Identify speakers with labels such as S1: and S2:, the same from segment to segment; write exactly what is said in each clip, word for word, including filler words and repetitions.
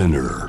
S1: Spinner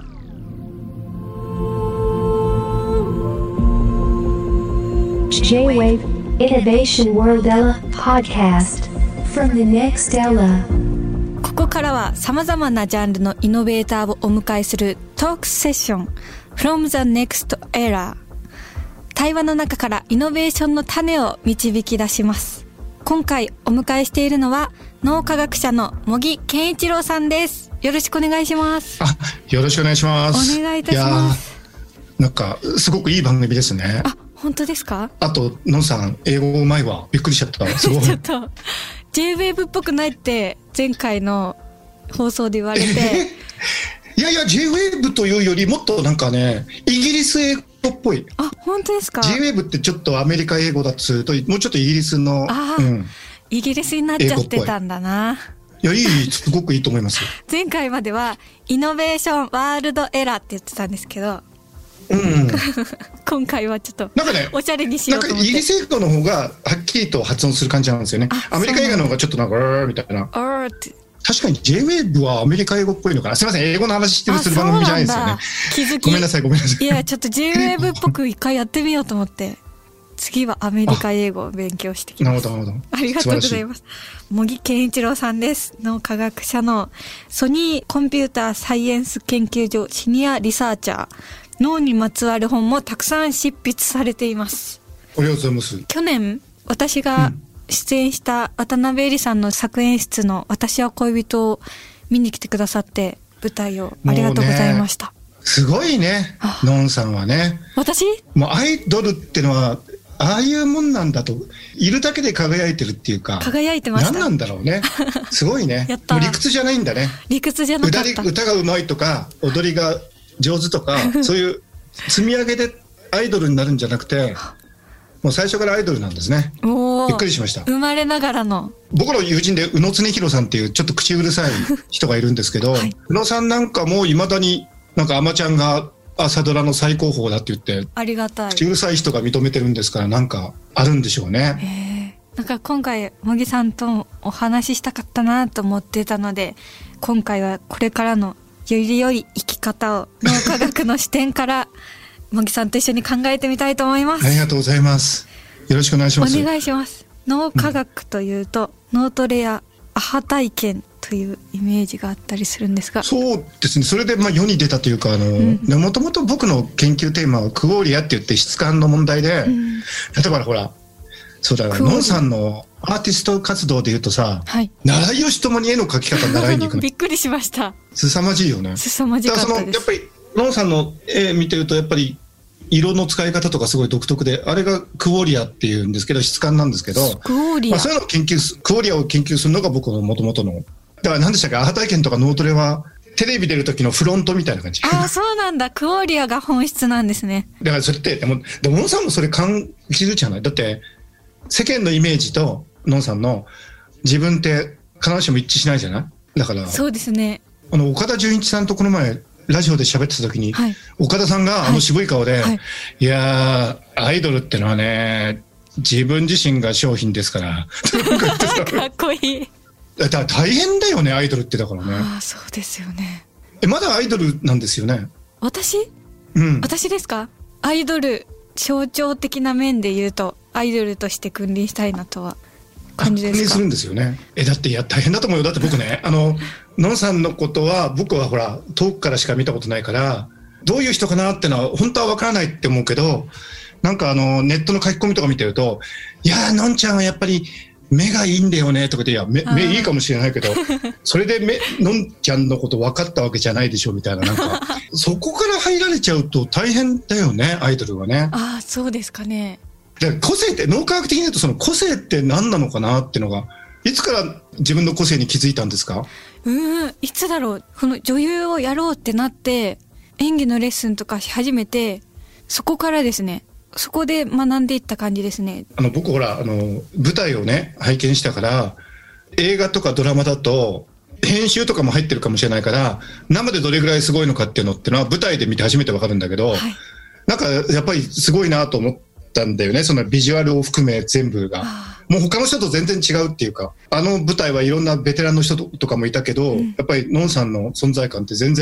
S2: J-Wave Innovation World Ella Podcast from the next Ella。
S3: ここからは様々なジャンルのイノベーターをお迎えするトークセッション From the Next Era。 対話の中からイノベーションの種を導き出します。今回お迎えしているのは脳科学者の茂木健一郎さんです。よろしくお願いします。
S4: あ、よろしくお願いします。
S3: お願いいたします。
S4: いやなんかすごくいい番組ですね。
S3: あ、本当ですか？あ
S4: とのんさん英語うまいわ。びっくりしちゃった。すごい。
S3: ちょっと J-ウェーブ っぽくないって前回の放送で言われて
S4: いやいや J-ウェーブ というよりもっとなんかねイギリス英語っぽい。
S3: あ、本当ですか？
S4: J-ウェーブ ってちょっとアメリカ英語だっつうともうちょっとイギリスの、
S3: あ、うん、イギリスになっちゃってたんだな。
S4: いや、いい、すごくいいと思いますよ。
S3: 前回まではイノベーションワールドエラーって言ってたんですけど、
S4: うん、
S3: 今回はちょっとなんか、ね、おしゃれにしようと思って。
S4: なんかイギリス英語の方がはっきりと発音する感じなんですよね。アメリカ映画の方がちょっとなんかーみたいな。あって確かに J-ウェーブ はアメリカ英語っぽいのかな。すいません、英語の話してるする番組じゃないですよね。
S3: 気づき。
S4: ごめんなさいごめんなさい。
S3: いやちょっと J-ウェーブ っぽく一回やってみようと思って。次はアメリカ英語を勉強してきます。
S4: なるほどなるほど。
S3: ありがとうございます。茂木健一郎さんです。脳科学者のソニーコンピューターサイエンス研究所シニアリサーチャー。脳にまつわる本もたくさん執筆されています。
S4: ありがとうございます。
S3: 去年私が出演した渡辺恵里さんの作演出の私は恋人を見に来てくださって舞台をありがとうございました。
S4: すごいね、のんさんはね。
S3: 私
S4: もうアイドルってのはああいうもんなんだと、いるだけで輝いてるっていうか、
S3: 輝いてました。
S4: 何なんだろうね。すごいね。
S3: やった
S4: もう理屈じゃないんだね。
S3: 理屈じゃなかった。
S4: 歌, 歌がうまいとか踊りが上手とかそういう積み上げでアイドルになるんじゃなくてもう最初からアイドルなんですね。びっくりしました。
S3: 生まれながらの。僕
S4: の友人で宇野恒弘さんっていうちょっと口うるさい人がいるんですけど、はい、宇野さんなんかもいまだになんかアマちゃんが朝ドラの最高峰だって言って
S3: ありがたい
S4: 口うるさい人が認めてるんですから、なんかあるんでしょうね。
S3: へー、なんか今回茂木さんとお話ししたかったなと思ってたので、今回はこれからのより良い生き方を脳科学の視点から茂木さんと一緒に考えてみたいと思います。
S4: ありがとうございます。よろしくお願いします。
S3: お願いします。脳科学というと、うん、脳トレやアハ体験というイメージがあったりするんですが。
S4: そうですね。それでまあ世に出たというか、あの、うん、もともと僕の研究テーマはクオリアって言って質感の問題で、うん、例えばほらそうだノンさんのアーティスト活動でいうとさ、はい、習いよしともに絵の描き方習いに行くの
S3: びっくりしました。
S4: 凄まじいよね。
S3: 凄まじかったです。だからその
S4: やっぱりノンさんの絵見てるとやっぱり色の使い方とかすごい独特で、あれがクオリアっていうんですけど質感なんですけど、
S3: クオリア、
S4: まあ、そういうのを研究すクオリアを研究するのが僕の元々の。だから何でしたっけ、アハ体験とか脳トレはテレビ出る時のフロントみたいな感じ。
S3: ああ、そうなんだ。クオリアが本質なんですね。
S4: だからそれってでもでもノンさんもそれ感じるじゃない。だって世間のイメージとノンさんの自分って必ずしも一致しないじゃない。だから
S3: そうですね。
S4: あの岡田准一さんとこの前ラジオで喋ってた時に、はい、岡田さんがあの渋い顔で、はいはい、いやーアイドルってのはね自分自身が商品ですから
S3: かっこいい。
S4: だから大変だよねアイドルって。だからね。
S3: ああ、そうですよね。
S4: えまだアイドルなんですよね。
S3: 私、
S4: うん、
S3: 私ですか。アイドル象徴的な面で言うとアイドルとして君臨したいなとは感じですか。
S4: 君臨するんですよね。えだっていや大変だと思うよ。だって僕ねあののんさんのことは僕はほら遠くからしか見たことないからどういう人かなってのは本当は分からないって思うけど、なんかあのネットの書き込みとか見てると、いやーのんちゃんはやっぱり目がいいんだよねとかで、いや 目, 目いいかもしれないけどそれで目のんちゃんのこと分かったわけじゃないでしょみたいな、なんかそこから入られちゃうと大変だよねアイドルはね。
S3: ああ、そうですかね。
S4: だから個性って脳科学的に言うとその個性って何なのかなっていうのが、いつから自分の個性に気づいたんですか。
S3: うーんいつだろう。この女優をやろうってなって演技のレッスンとかし始めて、そこからですね。そこで学んでいった感じですね。
S4: あの僕ほらあの舞台をね拝見したから、映画とかドラマだと編集とかも入ってるかもしれないから生でどれぐらいすごいのかっていうのってのは舞台で見て初めて分かるんだけど、はい、なんかやっぱりすごいなと思ったんだよね。そのビジュアルを含め全部がもう他の人と全然違うっていうか、あの舞台はいろんなベテランの人とかもいたけど、うん、やっぱりのんさんの存在感って全然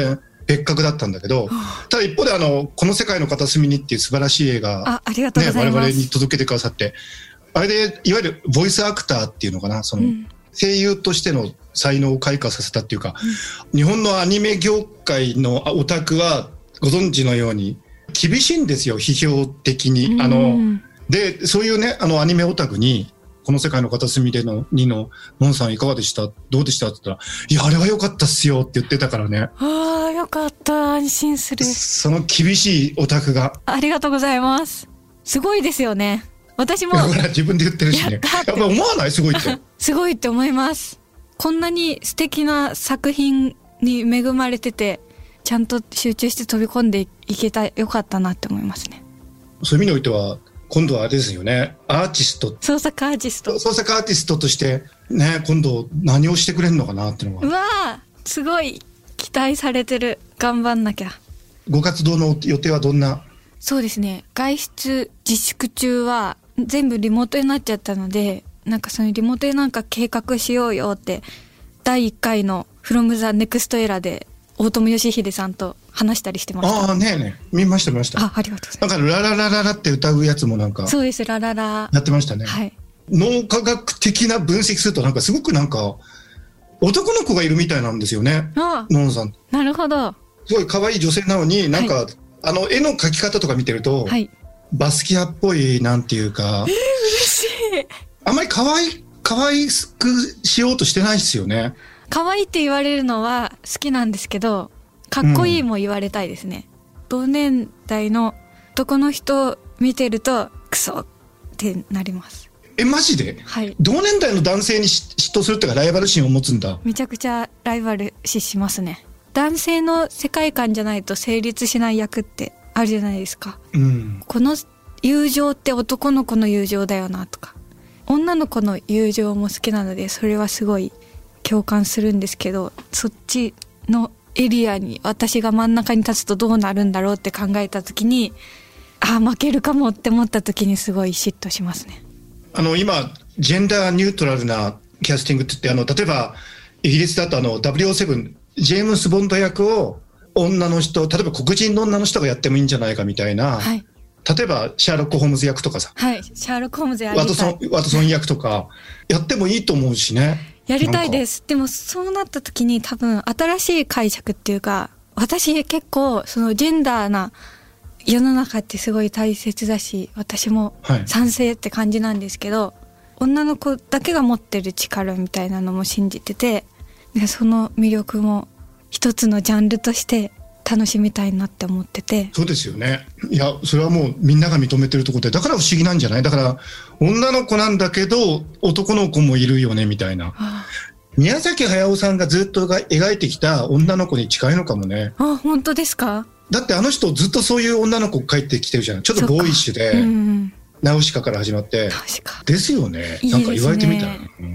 S4: 別格だったんだけど、ただ一方であのこの世界の片隅にっていう素晴らしい映画、
S3: あ、ありがとうございます、
S4: ね、我々に届けてくださって、あれでいわゆるボイスアクターっていうのかな、その声優としての才能を開花させたっていうか、うん、日本のアニメ業界のオタクはご存知のように厳しいんですよ、批評的に。あのでそういうね、あのアニメオタクにこの世界の片隅でのにののんさんいかがでした、どうでしたって言ったら、いやあれは良かったっすよって言ってたからね。
S3: ああ、よかった、安心する。
S4: その厳しいオタクが。
S3: ありがとうございます。すごいですよね。私も
S4: 自分で言ってるしね。やっぱ思わない？すごいって
S3: すごいって思います。こんなに素敵な作品に恵まれてて、ちゃんと集中して飛び込んでいけた、よかったなって思いますね。
S4: そういう意味においては今度はあれですよね、アーティスト、
S3: 創作アーティスト
S4: 創作アーティストとしてね、今度何をしてくれるのかなっていうのが、
S3: うわー、すごい期待されてる。頑張んなきゃ。
S4: ご活動の予定はどんな？
S3: そうですね、外出自粛中は全部リモートになっちゃったので、なんかそのリモートでなんか計画しようよってだいいっかいの From the Next Era で大友義秀さんと話したりしてました。
S4: ああ、ねえねえ、見ました見ました。
S3: あ、ありがとうございます。
S4: なんかラララララって歌うやつもなんか、
S3: そうです、ラララ
S4: やってましたね。
S3: はい。
S4: 脳科学的な分析するとなんかすごくなんか男の子がいるみたいなんですよね。
S3: ああ、
S4: のんさん。
S3: なるほど。
S4: すごい可愛い女性なのに、なんか、はい、あの絵の描き方とか見てると、はい、バスキアっぽいなんていうか、
S3: えー、嬉しい。
S4: あんまり可愛い可愛くしようとしてないですよね。
S3: 可愛いって言われるのは好きなんですけど、かっこいいも言われたいですね。うん、同年代の男の人見てるとクソってなります。
S4: え、マジで？はい。同年代の男性に嫉妬するっていうか、ライバル心を持つんだ。
S3: めちゃくちゃライバル視しますね。男性の世界観じゃないと成立しない役ってあるじゃないですか。うん。この友情って男の子の友情だよなとか、女の子の友情も好きなので、それはすごい共感するんですけど、そっちのエリアに私が真ん中に立つとどうなるんだろうって考えた時に、ああ負けるかもって思った時にすごい嫉妬しますね。
S4: あの今ジェンダーニュートラルなキャスティングって言って、あの例えばイギリスだとあのダブリューオーセブンジェームス・ボンド役を女の人、例えば黒人の女の人がやってもいいんじゃないかみたいな、はい、例えばシャーロック・ホームズ役とかさ、
S3: はい、シャーロック・ホームズやりたい、
S4: ワトソン、ワトソン役とかやってもいいと思うしね。
S3: やりたいです。でもそうなった時に多分新しい解釈っていうか、私結構そのジェンダーな世の中ってすごい大切だし、私も賛成って感じなんですけど、はい、女の子だけが持ってる力みたいなのも信じてて、でその魅力も一つのジャンルとして楽しみたいなって思ってて。
S4: そうですよね。いやそれはもうみんなが認めてるところで、だから不思議なんじゃない。だから女の子なんだけど男の子もいるよねみたいな、はあ、宮崎駿さんがずっとが描いてきた女の子に近いのかもね。
S3: あ、本当ですか。だ
S4: ってあの人ずっとそういう女の子帰ってきてるじゃん。ちょっとボーイッシュで、うん、ナウシカから始まってですよね。いいですね。なんか言われてみたら、うん、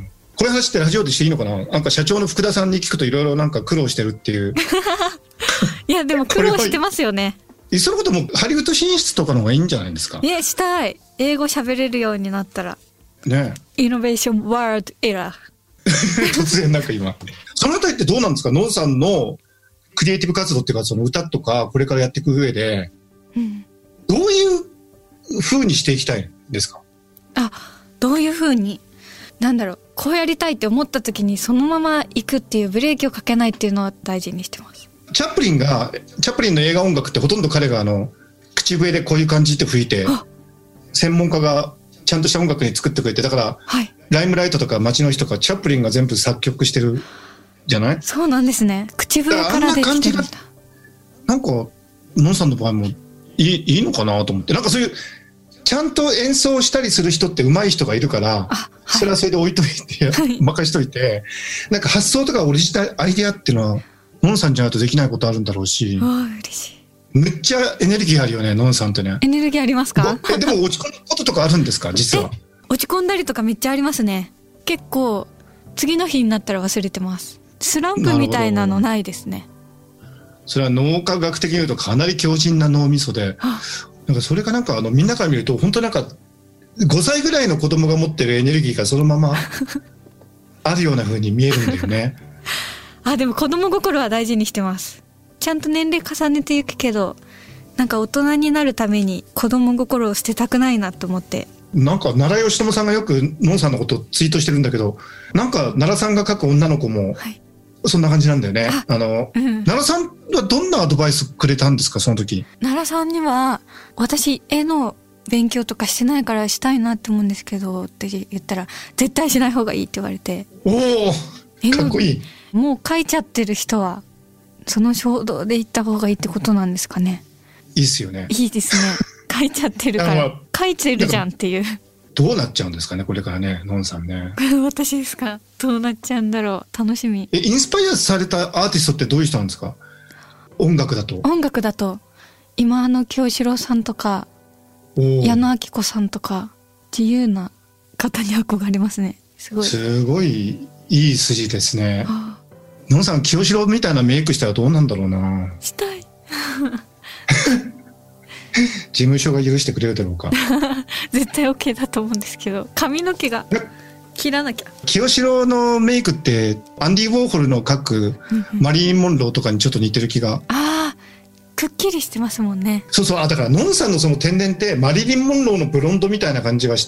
S4: これ話ってラジオでしていいのかな。なんか社長の福田さんに聞くといろいろなんか苦労してるっていう
S3: いやでも苦労してますよね。
S4: いっそのこともハリウッド進出とかの方がいいんじゃないですか。
S3: いやしたい。英語喋れるようになったらね。イノベーションワールドエラー
S4: 突然なんか今そのあたりってどうなんですか。のんさんのクリエイティブ活動っていうか、その歌とかこれからやっていく上で、うん、どういう風にしていきたいんですか。
S3: あ、どういう風に、なんだろう、こうやりたいって思った時にそのまま行くっていうブレーキをかけないっていうのを大事にしてます。
S4: チャップリンがチャップリンの映画音楽ってほとんど彼があの口笛でこういう感じって吹いて、専門家がちゃんとした音楽に作ってくれて、だから、はい、ライムライトとか街の人とかチャップリンが全部作曲してるじゃない。
S3: そうなんですね。口笛からできてるんだ。
S4: なんかのんさんの場合もいい、いいのかなと思って。なんかそういうちゃんと演奏したりする人って上手い人がいるから、はい、それはそれで置いといて、はい、任しといて、なんか発想とかオリジナルアイデアっていうのはのんさんじゃないとできないことあるんだろうし。
S3: あ、嬉しい。
S4: めっちゃエネルギーあるよね、のんさんってね。
S3: エネルギーありますか。
S4: え、でも落ち込むこととかあるんですか、実は。
S3: 落ち込んだりとかめっちゃありますね。結構次の日になったら忘れてます。スランプみたいなのないですね。
S4: それは脳科学的に言うとかなり強靭な脳みそで、なんかそれがなんかあのみんなから見ると本当なんかごさいぐらいの子供が持ってるエネルギーがそのままあるような風に見えるんだよね。
S3: あ、でも子供心は大事にしてます。 ちゃんと年齢重ねていくけど、なんか大人になるために子供心を捨てたくないなと思って。
S4: なんか奈良義友さんがよくのんさんのことをツイートしてるんだけど、なんか奈良さんが描く女の子もそんな感じなんだよね。ああの、うん、奈良さんはどんなアドバイスくれたんですか、その時。
S3: 奈良さんには、私絵の勉強とかしてないからしたいなって思うんですけどって言ったら、絶対しない方がいいって言われて。
S4: おお、かっこいい。
S3: もう描いちゃってる人はその衝動で行った方がいいってことなんですかね。
S4: いいっすよね。
S3: いいですね。書いちゃってるから書いてるじゃんっていう。
S4: どうなっちゃうんですかね、これからね、のんさんね。
S3: 私ですか、どうなっちゃうんだろう、楽しみ。
S4: え、インスパイアされたアーティストってどういう人なんですか？音楽だと。
S3: 音楽だと今の京志郎さんとか矢野顕子さんとか、自由な方に憧れますね。すごい
S4: すごいいい筋ですね。のんさん、清志郎みたいなメイクしたらどうなんだろうな。
S3: したい。
S4: 事務所が許してくれるだろうか。
S3: 絶対 OK だと思うんですけど、髪の毛が切らなきゃ。
S4: 清志郎のメイクってアンディ・ウォーホルの描くマリリン・モンローとかにちょっと似てる気が。
S3: ああ、くっきりしてますもんね。
S4: そうそう、あ、だからのんさんのその天然ってマリリン・モンローのブロンドみたいな感じがして、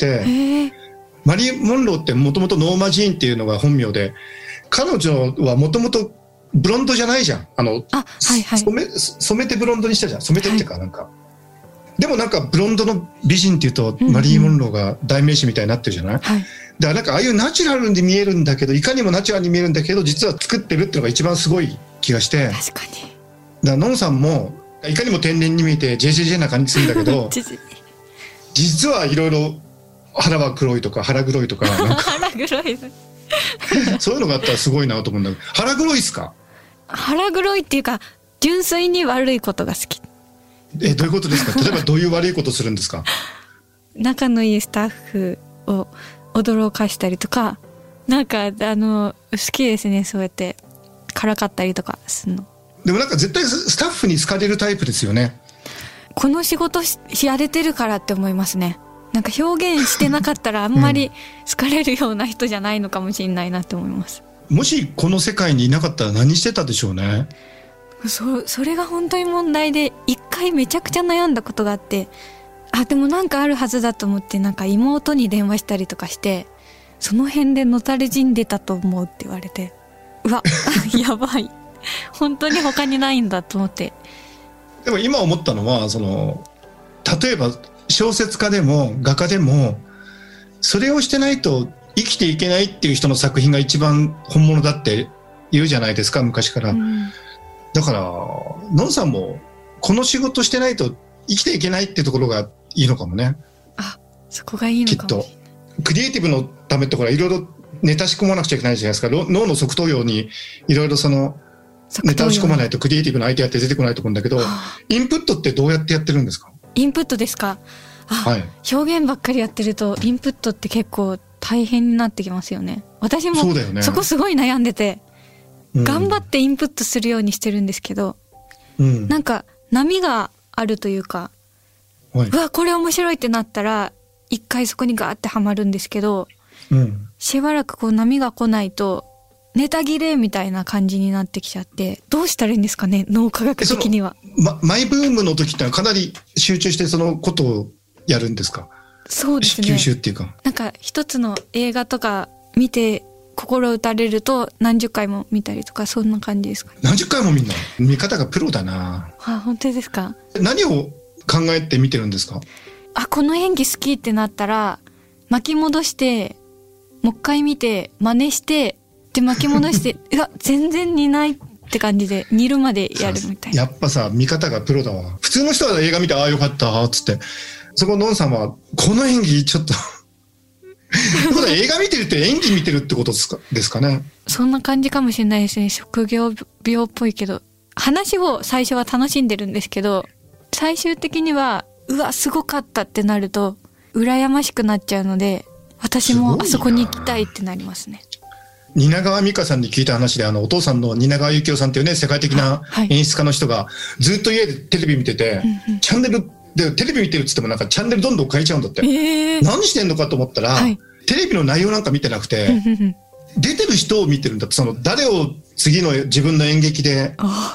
S4: マリリン・モンローってもともとノーマ・ジーンっていうのが本名で、彼女はもともとブロンドじゃないじゃん。あの、
S3: あ、はいはい、
S4: 染め、染めてブロンドにしたじゃん。染めてっていうか、なんか、はい、でもなんかブロンドの美人っていうと、うんうん、マリー・モンローが代名詞みたいになってるじゃない、はい、だからなんかああいうナチュラルに見えるんだけど、いかにもナチュラルに見えるんだけど、実は作ってるっていうのが一番すごい気がして。
S3: 確かに。
S4: だからのんさんもいかにも天然に見えて ジェイジェイジェイ な感じするんだけど実はいろいろ腹は黒いとか腹黒いとか、なんか
S3: 腹黒い
S4: そういうのがあったらすごいなと思うんだけど。腹黒いっすか？
S3: 腹黒いっていうか、純粋に悪いことが好き。
S4: え、どういうことですか？例えばどういう悪いことするんですか？
S3: 仲のいいスタッフを驚かしたりとか、なんかあの好きですね、そうやってからかったりとかするの。
S4: でもなんか絶対スタッフに好かれるタイプですよね。こ
S3: の仕事しやれてるからって思いますね。なんか表現してなかったらあんまり好かれるような人じゃないのかもしれないなって思います。
S4: もしこの世界にいなかったら何してたでしょうね。
S3: そ, それが本当に問題で、一回めちゃくちゃ悩んだことがあって、あ、でもなんかあるはずだと思って、なんか妹に電話したりとかして、その辺でのたれ死んでたと思うって言われて、うわやばい、本当に他にないんだと思って。
S4: でも今思ったのは、その例えば小説家でも画家でもそれをしてないと生きていけないっていう人の作品が一番本物だって言うじゃないですか、昔から、うん、だからのんさんもこの仕事してないと生きていけないっていうところがいいのかもね。
S3: あ、そこがいいのかもしれない。
S4: きっとクリエイティブのためってほらいろいろネタ仕込まなくちゃいけないじゃないですか。脳の側頭葉にいろいろそのネタを仕込まないとクリエイティブなアイデアって出てこないと思うんだけど、インプットってどうやってやってるんですか？
S3: インプットですか？あ、はい、表現ばっかりやってるとインプットって結構大変になってきますよね。私も そ, うだよ、ね、そこすごい悩んでて、うん、頑張ってインプットするようにしてるんですけど、うん、なんか波があるというか、はい、うわこれ面白いってなったら一回そこにガーってはまるんですけど、うん、しばらくこう波が来ないとネタ切れみたいな感じになってきちゃって、どうしたらいいんですかね、脳科学的には。
S4: ま、マイブームの時ってのはかなり集中してそのことをやるんですか？
S3: そうですね、
S4: 吸収っていうか、
S3: なんか一つの映画とか見て心打たれると何十回も見たりとか、そんな感じですかね。
S4: 何十回も見んの？見方がプロだな。
S3: あ、本当ですか？
S4: 何を考えて見てるんですか？
S3: あ、この演技好きってなったら巻き戻してもう一回見て真似してで巻き戻していや全然似ないって感じで煮るまでやるみたいな。
S4: やっぱさ、見方がプロだわ。普通の人は映画見てああよかったっつって、そこのんさんはこの演技ちょっと映画見てるって演技見てるってことですか、ですかね。
S3: そんな感じかもしれないですね。職業病っぽいけど、話を最初は楽しんでるんですけど、最終的にはうわすごかったってなると羨ましくなっちゃうので、私もあそこに行きたいってなりますね。
S4: 蜷川美香さんに聞いた話で、あのお父さんの蜷川幸雄さんっていうね、世界的な演出家の人がずっと家でテレビ見てて、はい、チャンネルでテレビ見てるっつってもなんかチャンネルどんどん変えちゃうんだって、えー、何してんのかと思ったら、はい、テレビの内容なんか見てなくて出てる人を見てるんだって。その誰を次の自分の演劇で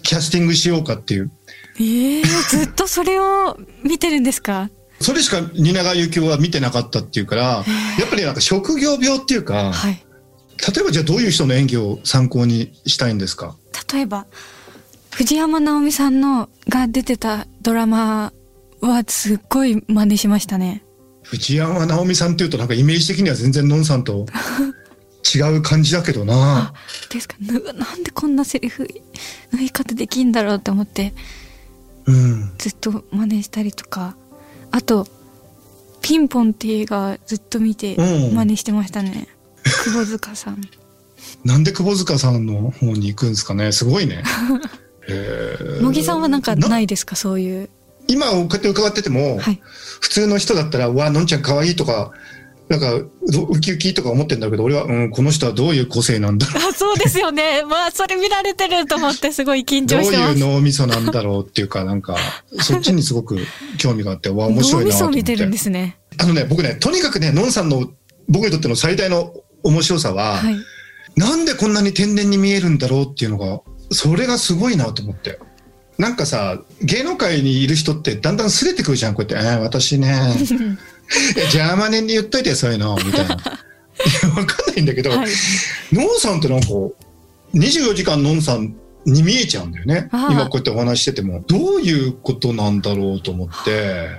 S4: キャスティングしようかっていう。
S3: えー、ずっとそれを見てるんですか？
S4: それしか蜷川幸雄は見てなかったっていうから、やっぱりなんか職業病っていうか、はい、例えばじゃあどういう人の演技を参考にしたいんですか？
S3: 例えば藤山直美さんのが出てたドラマはすっごい真似しましたね。
S4: 藤山直美さんっていうとなんかイメージ的には全然のんさんと違う感じだけどな。
S3: ですか。なんでこんなセリフ縫い方できんだろうって思って、
S4: うん、
S3: ずっと真似したりとか、あとピンポンっていう映画ずっと見て真似してましたね、うん、窪塚さん。
S4: なんで窪塚さんの方に行くんですかね。すごいね。
S3: 茂木さんはなんかないですか、そういう。
S4: 今こうやって伺ってても、はい、普通の人だったら、うわのんちゃん可愛いとか、なんかウキウキとか思ってんだけど、俺は、うん、この人はどういう個性なんだろう。
S3: あ、そうですよね。まあそれ見られてると思ってすごい緊張してます。
S4: どういう脳みそなんだろうっていうか、なんかそっちにすごく興味があって、わ面白いなと思って。脳みそ見てるんですね。あのね、僕ね、とにかくね、のんさんの僕にとっての最大の面白さは、はい、なんでこんなに天然に見えるんだろうっていうのが、それがすごいなと思って。なんかさ、芸能界にいる人ってだんだんすれてくるじゃん。こうやって、えー、私ねジャーマネに言っといてそういうのみたいな。いやわかんないんだけど、はい、のんさんってなんかにじゅうよじかんのんさんに見えちゃうんだよね。今こうやってお話しててもどういうことなんだろうと思って。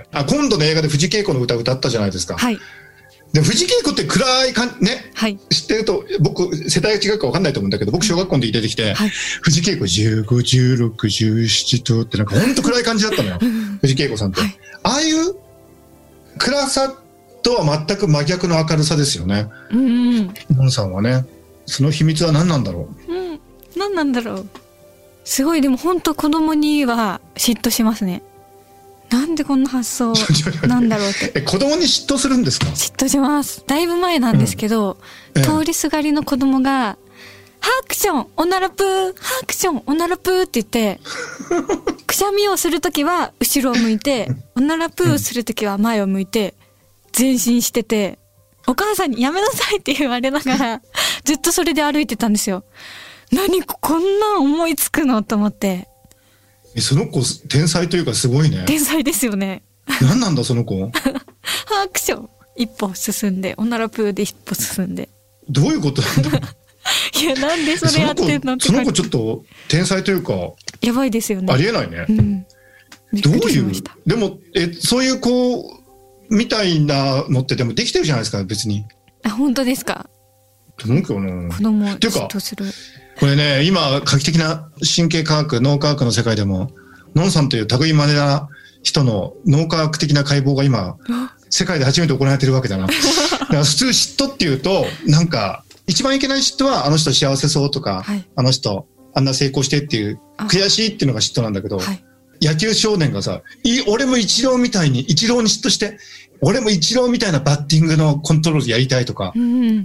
S4: あ、今度の映画で藤圭子の歌歌ったじゃないですか。はい、で藤圭子って暗いかんね、はい、知ってると僕世代が違うか分かんないと思うんだけど、僕小学校の時出てきて、はい、藤圭子じゅうご、じゅうろく、じゅうななとってなんかほんと暗い感じだったのよ藤圭子さんって、はい、ああいう暗さとは全く真逆の明るさですよね。うんうん、のんさんはね、その秘密は何なんだろう。うん、
S3: 何なんだろう。すごい。でも本当子供には嫉妬しますね。なんでこんな発想なんだろうって
S4: え、子供に嫉妬するんですか？
S3: 嫉妬します。だいぶ前なんですけど、うん、通りすがりの子供がハクションおならプーハクションおならプーって言ってくしゃみをするときは後ろを向いておならプーするときは前を向いて前進してて、お母さんにやめなさいって言われながらずっとそれで歩いてたんですよ。何こんな思いつくのと思って。
S4: その子天才というかすごいね。
S3: 天才ですよね。
S4: 何なんだその子。
S3: ハクション一歩進んでおならプーで一歩進んで。
S4: どういうことなんだ。
S3: いやなんでそれやってんのって。
S4: その子ちょっと天才というか
S3: やばいですよね。
S4: ありえないね、
S3: うん、
S4: どういうでもえそういう子みたいなのってでもできてるじゃないですか別に。
S3: あ、本当ですか。
S4: と思うけどな。
S3: 子供を嫉妬する。
S4: これね、今画期的な神経科学脳科学の世界でものんさんという類いまれな人の脳科学的な解剖が今世界で初めて行われてるわけだな。だから普通嫉妬っていうとなんか一番いけない嫉妬はあの人幸せそうとか、はい、あの人あんな成功してっていう悔しいっていうのが嫉妬なんだけど、はい、野球少年がさ、い俺もイチローみたいにイチローに嫉妬して俺もイチローみたいなバッティングのコントロールやりたいとか、うん、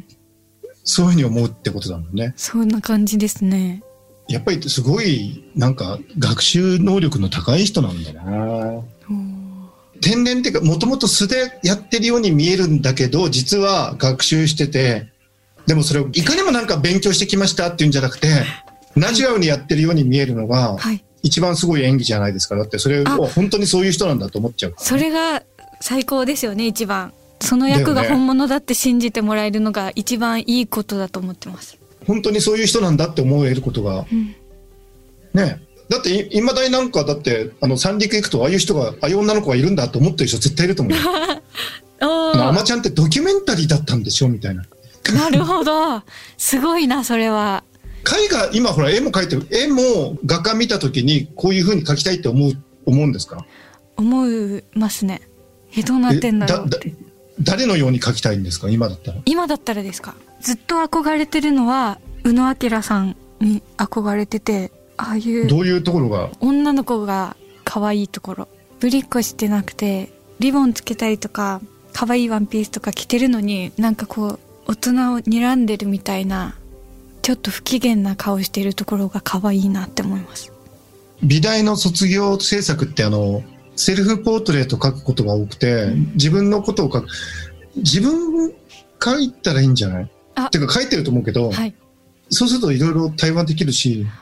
S4: そういうふうに思うってことだもんね。
S3: そんな感じですね。
S4: やっぱりすごいなんか学習能力の高い人なんだな。天然っていうかもともと素でやってるように見えるんだけど実は学習してて、でもそれをいかにもなんか勉強してきましたっていうんじゃなくてナチュラルにやってるように見えるのが一番すごい演技じゃないですか。だってそれを本当にそういう人なんだと思っちゃうから、ね、
S3: それが最高ですよね。一番その役が本物だって信じてもらえるのが一番いいことだと思ってます。
S4: 本当にそういう人なんだって思えることが、うん、ね。だっていまだになんかだってあの三陸行くとああいう人がああいう女の子がいるんだと思ってる人絶対いると思うよ。あまちゃんってドキュメンタリーだったんでしょみたいな。
S3: なるほど、すごいなそれは。
S4: 絵画今ほら絵も描いてる。絵も画家見た時にこういう風に描きたいって思う思うんですか？
S3: 思いますね。えどうなってんだろうって。だだ
S4: 誰のように描きたいんですか今だったら？
S3: 今だったらですか。ずっと憧れてるのは宇野明さんに憧れてて、ああいう
S4: どういうところが？
S3: 女の子が可愛いところ、ぶりっこしてなくてリボンつけたりとか可愛いワンピースとか着てるのになんかこう大人を睨んでるみたいなちょっと不機嫌な顔してるところが可愛いなって思います。
S4: 美大の卒業制作ってあのセルフポートレート書くことが多くて、うん、自分のことを書く。自分書いたらいいんじゃない？っていうか書いてると思うけど、はい、そうするといろいろ対話できるし。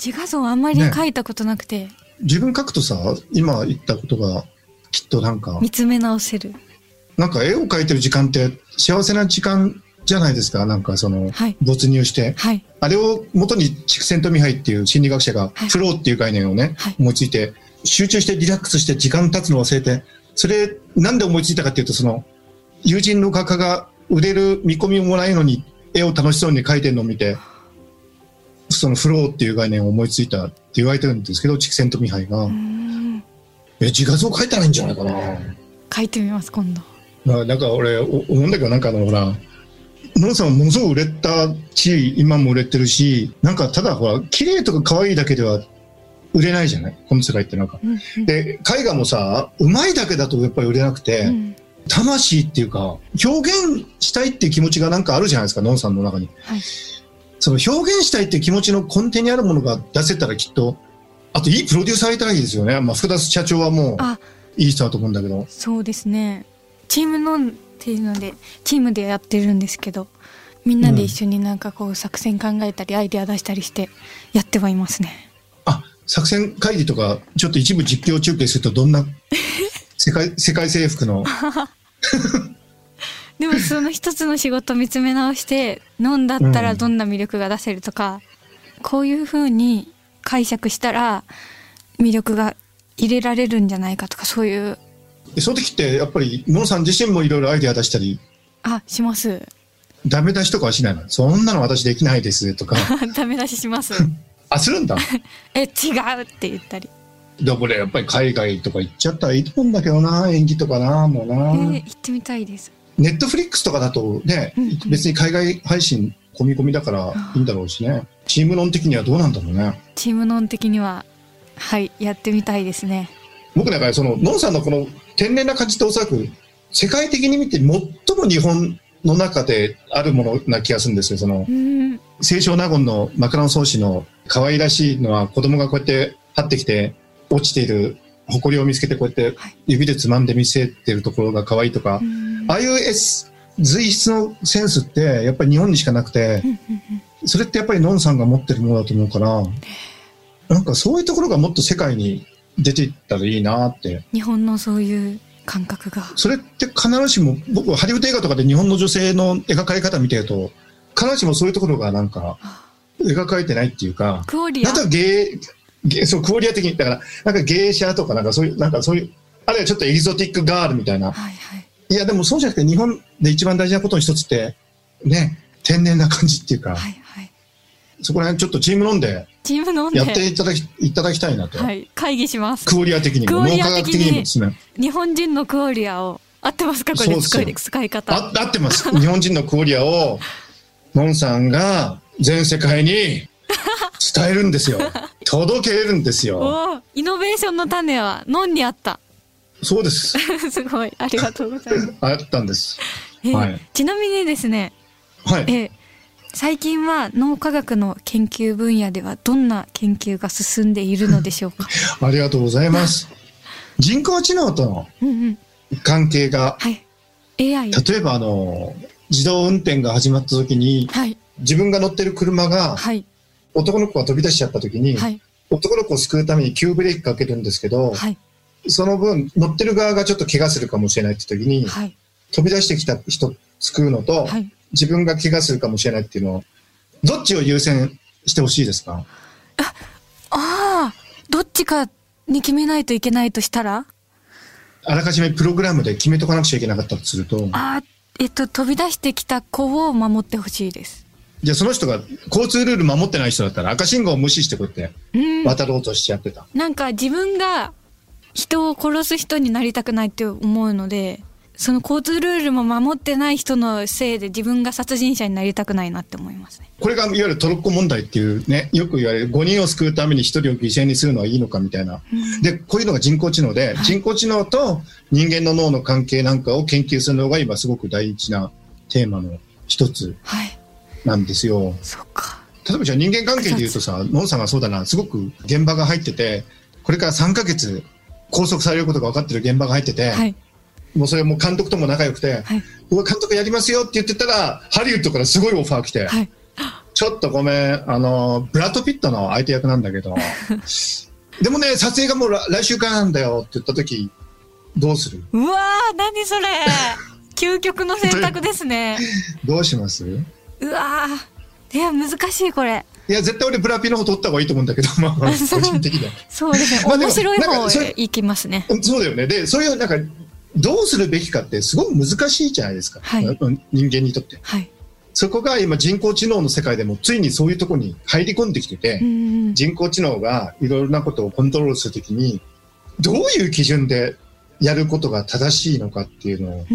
S3: 自画像あんまり描いたことなくて、ね、
S4: 自分描くとさ、今言ったことがきっとなんか
S3: 見つめ直せる。
S4: なんか絵を描いてる時間って幸せな時間じゃないですか。なんかその、はい、没入して、はい、あれを元に筑前富杯っていう心理学者がフローっていう概念をね、はい、思いついて、集中してリラックスして時間経つのを忘れて、それなんで思いついたかっていうと、その友人の画家が売れる見込みもないのに絵を楽しそうに描いてるのを見て、そのフローっていう概念を思いついたって言われてるんですけど、筑前富杯がえ自画像描いたらいいんじゃないかな。
S3: 描いてみます今度。
S4: なんか俺思うんだけど、なんかあのほらノンさんはものすごく売れたし、今も売れてるし、なんかただほら綺麗とか可愛いだけでは売れないじゃない、この世界ってなんか、うんうん、で絵画もさ、うまいだけだとやっぱり売れなくて、うん、魂っていうか表現したいっていう気持ちがなんかあるじゃないですか、ノンさんの中に、はい、その表現したいっていう気持ちの根底にあるものが出せたらきっと、あといいプロデューサーいたらいいですよね。まあ、福田社長はもういい人だと思うんだけど。
S3: そうですね、チームノンっていうのでチームでやってるんですけど、みんなで一緒になんかこう作戦考えたりアイデア出したりしてやってはいますね。
S4: あ、作戦会議とかちょっと一部実況中継するとどんな世界世界征服の
S3: でもその一つの仕事を見つめ直して、ノンだったらどんな魅力が出せるとか、うん、こういう風に解釈したら魅力が入れられるんじゃないかとか、そういう。
S4: その時ってやっぱりノンさん自身もいろいろアイデア出したり。
S3: あ、します。
S4: ダメ出しとかはしないの？そんなの私できないですとか。
S3: ダメ出しします
S4: あ、するんだ
S3: え、違うって言ったり。
S4: でもこれやっぱり海外とか行っちゃったらいいと思うんだけどな、演技とかな、もうな、
S3: えー、行ってみたいです。
S4: ネットフリックスとかだとね、うんうん、別に海外配信込み込みだからいいんだろうしね。チームノン的にはどうなんだろうね。
S3: チームノン的にははいやってみたいですね。
S4: 僕なんかそのノンさんのこの天然な感じっておそらく世界的に見て最も日本の中であるものな気がするんですよ。その清少納言の枕草子の可愛らしいのは、子供がこうやって這ってきて落ちている埃を見つけてこうやって指でつまんで見せてるところが可愛いとか、ああいう随筆のセンスってやっぱり日本にしかなくて、それってやっぱりノンさんが持ってるものだと思うから、なんかそういうところがもっと世界に出ていったらいいなって。日
S3: 本のそういう感覚が、それ
S4: って必ずしも、僕はハリウッド映画とかで日本の女性の描かれ方見てると、必ずしもそういうところがなんか描かれてないっていうか、
S3: クオリア
S4: なんか芸芸そうクオリア的にだから、なんか芸者とかなんかそういうなんかそういう、あるいはちょっとエキゾティックガールみたいな、はいはい、いやでもそうじゃなくて、日本で一番大事なことの一つってね、天然な感じっていうか、はいはい、そこら辺ちょっとチーム飲んで
S3: チーム飲んで
S4: やっていただきいただきたいなと、
S3: はい、会議します。
S4: クオリア的にも脳科学的にもですね、
S3: 日本人のクオリアを合ってますか、これ使い、使い方
S4: あ合ってます日本人のクオリアをノンさんが全世界に伝えるんですよ届けるんですよ。
S3: おイノベーションの種はノンにあった。
S4: そうです
S3: すごい、ありがとうございます
S4: あったんです、
S3: えーはい、ちなみにですね、
S4: はい、
S3: えー最近は脳科学の研究分野ではどんな研究が進んでいるのでしょうか。
S4: ありがとうございます人工知能との関係が、うんうん、はい、エーアイ、例えばあの自動運転が始まった時に、はい、自分が乗ってる車が、はい、男の子が飛び出しちゃった時に、はい、男の子を救うために急ブレーキかけるんですけど、はい、その分乗ってる側がちょっと怪我するかもしれないって時に、はい、飛び出してきた人救うのと、はい、自分が怪我するかもしれないっていうのをどっちを優先してほしいですか。
S3: ああ、どっちかに決めないといけないとしたら、
S4: あらかじめプログラムで決めとかなくちゃいけなかったとすると、
S3: あ、えっと飛び出してきた子を守ってほしいです。
S4: じゃあその人が交通ルール守ってない人だったら赤信号を無視してこうやって渡ろうとしちゃってた、
S3: うん、なんか自分が人を殺す人になりたくないって思うので、その交通ルールも守ってない人のせいで自分が殺人者になりたくないなって思いますね。
S4: これがいわゆるトロッコ問題っていうね、よく言われるごにんを救うためにひとりを犠牲にするのはいいのかみたいな、うん、でこういうのが人工知能で、はい、人工知能と人間の脳の関係なんかを研究するのが今すごく大事なテーマの一つなんですよ、はい、そっか。例えばじゃあ人間関係でいうとさ、ノンさんがそうだな、すごく現場が入ってて、これからさんかげつ拘束されることが分かってる現場が入ってて、はい、もうそれも監督とも仲良くて、はい、僕は監督やりますよって言ってたらハリウッドからすごいオファー来て、はい、ちちょっとごめん、あの、ブラッド・ピットの相手役なんだけど、でもね、撮影がもう来週からなんだよって言った時、どうする？
S3: うわー、何それ究極の選択ですね。
S4: どうします？
S3: うわー、いや、難しいこれ。
S4: いや、絶対俺ブラピの方取った方がいいと思うんだけど、まあ、個人的には。
S3: そうですね。面白い方いきますね。
S4: そうだよね。で、そういう、なんか、どうするべきかってすごく難しいじゃないですか。
S3: はい、
S4: 人間にとって。
S3: はい。
S4: そこが今人工知能の世界でもついにそういうところに入り込んできてて、うんうん、人工知能がいろいろなことをコントロールするときに、どういう基準でやることが正しいのかっていうのを、うん、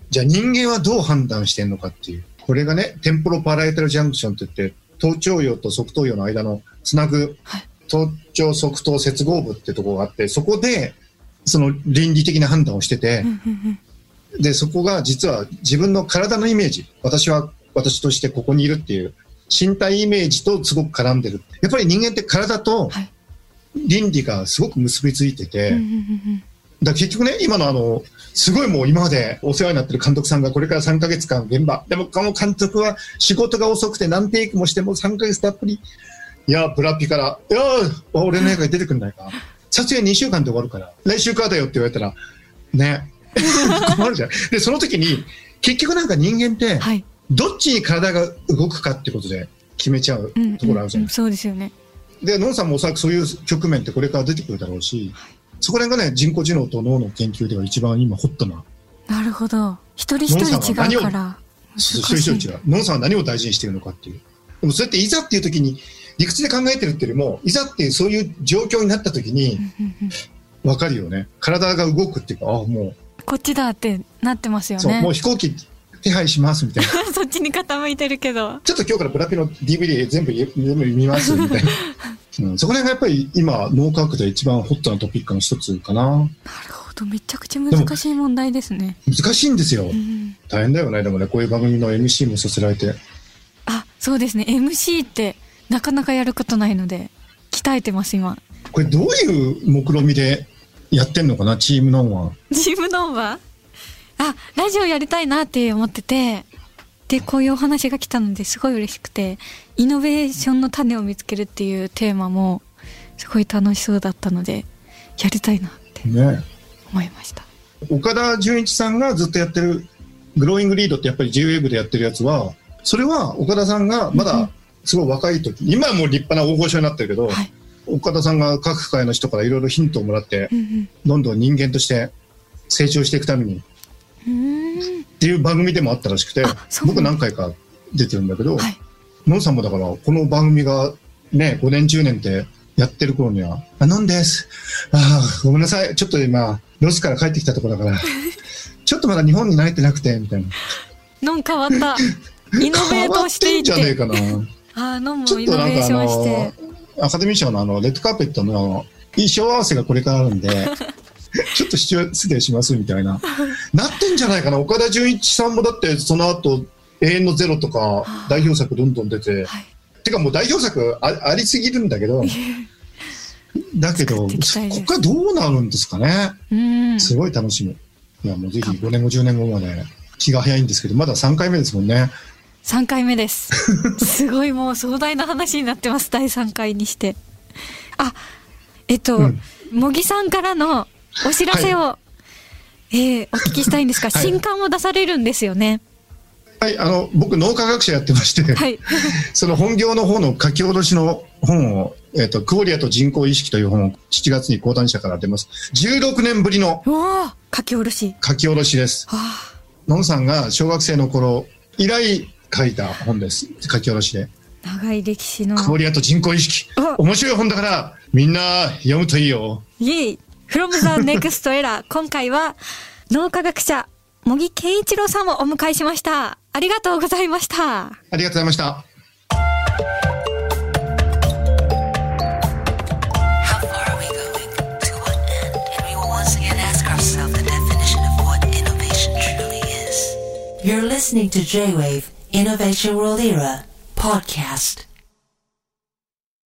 S4: じゃあ人間はどう判断してんのかっていう。これがね、テンポロパラエタルジャンクションって言って、頭頂葉と側頭葉の間のつなぐ、頭頂側頭接合部ってところがあって、そこでその倫理的な判断をしてて、で、そこが実は自分の体のイメージ、私は私としてここにいるっていう身体イメージとすごく絡んでる。やっぱり人間って体と倫理がすごく結びついてて、だ結局ね、今のあの、すごいもう今までお世話になってる監督さんがこれからさんかげつかん現場。でもこの監督は仕事が遅くて何テイクもしてもさんかげつたっぷり。いや、ブラピから、いや、俺の映画に出てくんないか。撮影にしゅうかんで終わるから、来週からだよって言われたら、ね、困るじゃん。で、その時に、結局なんか人間って、はい、どっちに体が動くかってことで決めちゃうところあるじゃん。
S3: うんうんうん、そうですよね。
S4: で、ノンさんもおそらくそういう局面ってこれから出てくるだろうし、はい、そこら辺がね、人工知能と脳の研究では一番今ホットな。
S3: なるほど。一人一人違うから。
S4: 一人一人違う。ノンさんは何を大事にしているのかっていう。でもそうやっていざっていう時に、理屈で考えてるっていうよりも、いざっていうそういう状況になった時に、わかるよね。体が動くっていうか、ああ、もう。
S3: こっちだってなってますよね。
S4: そう、もう飛行機手配しますみたいな。
S3: そっちに傾いてるけど。
S4: ちょっと今日からブラピの ディーブイディー 全部全部見ますみたいな。うん、そこら辺がやっぱり今脳科学で一番ホットなトピックの一つかな。
S3: なるほど、めちゃくちゃ難しい問題ですね。
S4: 難しいんですよ、うん、大変だよね。でもね、こういう番組の エムシー もさせられて。
S3: あ、そうですね。 エムシー ってなかなかやることないので鍛えてます今。
S4: これどういう目論見みでやってんのかな、チームノンは。
S3: チームノンはあ、ラジオやりたいなって思ってて、でこういうお話が来たのですごい嬉しくて、イノベーションの種を見つけるっていうテーマもすごい楽しそうだったのでやりたいなって思いました、ね、
S4: 岡田准一さんがずっとやってるグローイングリードってやっぱり J ウェーブでやってるやつは、それは岡田さんがまだすごい若い時、うんうん、今はもう立派な大御所になってるけど、はい、岡田さんが各界の人からいろいろヒントをもらって、うんうん、どんどん人間として成長していくためにっていう番組でもあったらしくて、僕何回か出てるんだけど、はい、ノンさんもだからこの番組がねごねんじゅうねんってやってる頃には、あ、ノンです、あ、ごめんなさい、ちょっと今ロスから帰ってきたところだからちょっとまだ日本に慣れてなくてみたいな。
S3: ノン変わった、イノベートしていって
S4: 変わってんじゃねえかな。
S3: あ、ノンもイノベーションして、
S4: アカデミー賞のあのレッドカーペットの衣装合わせがこれからあるんでちょっと失礼しますみたいななってんじゃないかな。岡田准一さんもだってその後永遠のゼロとか代表作どんどん出て、はい、てかもう代表作 あ, ありすぎるんだけどだけどここからどうなるんですかね。うん、すごい楽しみ。いやもうぜひごねんごじゅうねんごまで気が早いんですけど、まださんかいめですもんね。
S3: さんかいめですすごいもう壮大な話になってます。だいさんかいにして。あ、えっと、うん、茂木さんからのお知らせを、はい、えー、お聞きしたいんですが、はい、新刊を出されるんですよね。
S4: はい、あの僕脳科学者やってまして、はい、その本業の方の書き下ろしの本を、えーと、クオリアと人工意識という本をしちがつに講談社から出ます。じゅうろくねんぶりの
S3: 書き下ろし
S4: 書き下ろしです。ノンさんが小学生の頃以来書いた本です。書き下ろしで
S3: 長い歴史の
S4: クオリアと人工意識、面白い本だからみんな読むといいよ。
S3: イエイ From the Next Era 今回は脳科学者茂木健一郎さんをお迎えしました。ありがとうございました。
S4: ありがとうございました。
S1: You're listening to J-Wave Innovation World Era podcast.